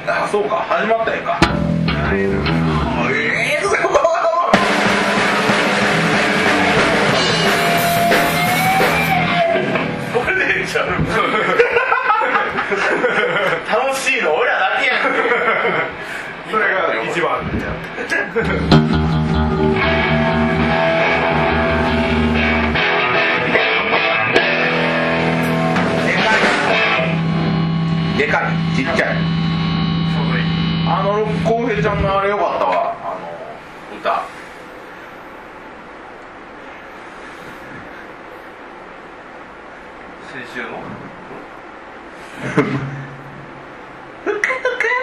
あ、そうか、始まったんやか。これでいいんちゃう。楽しいの俺らだけやんけ。 それが一番でかい、ちっちゃい。浩平ちゃんのあれよかったわ、歌。 先週の彼女の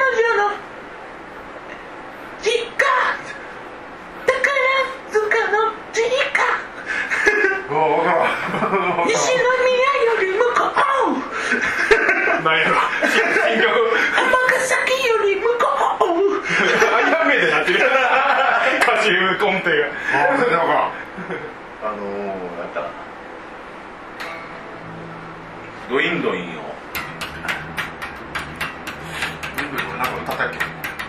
実家だから塚の実家西宮より向こうなんやろ尼崎より向こうあやめでなってる歌詞根底がなんかなんだかなドインドインをなんか歌ったっけ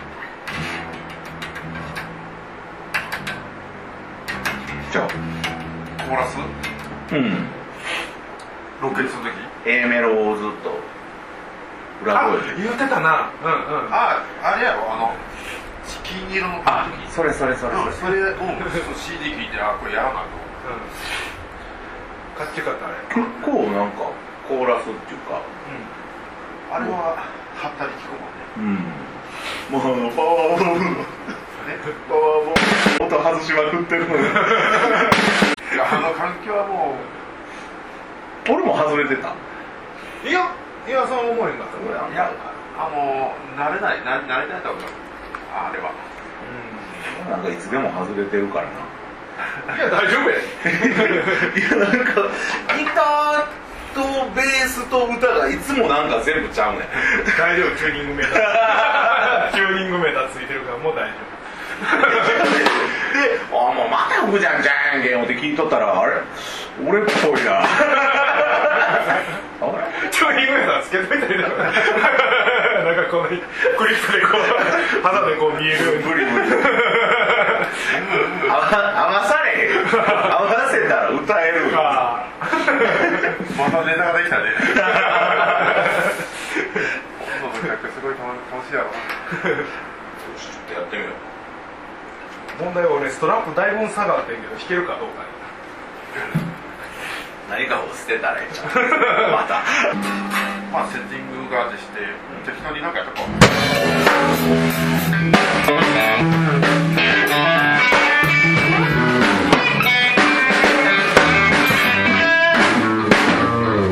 じゃあコーラスうんロケする時 A メロをずっと裏声で言ってたなあれやろ金色のあ、それそれそれを CD 聴いてこれやらないとかっちよかったあれ結構なんかコーラスっていうかあれははったり聞くもんねもうパワーボールのパワーボール音外しまくってるのよ環境はも俺も外れてたういやその思いがいや慣れたんだあれはなんかいつでも外れてるからないや大丈夫やいやなんかギターとベースと歌がいつもなんか全部ちゃうねん大丈夫チューニングメーターチューニングメーターついてるからもう大丈で、もうまたふじゃんじゃんけんって聞いとったらあれ俺っぽいな夫チューニングメーターつけといたりだなんかこのクリップでこう肌でこう見えるブリブリ合わされへん合わせたら歌えるまたネタができたね今度の客すごい楽しいやろなちょっとやってみよう問題は俺ストラップだいぶ下がってんけど弾けるかどうか何かを捨てたらいいじゃんまたまあセッティングがあってして適当になんかやったか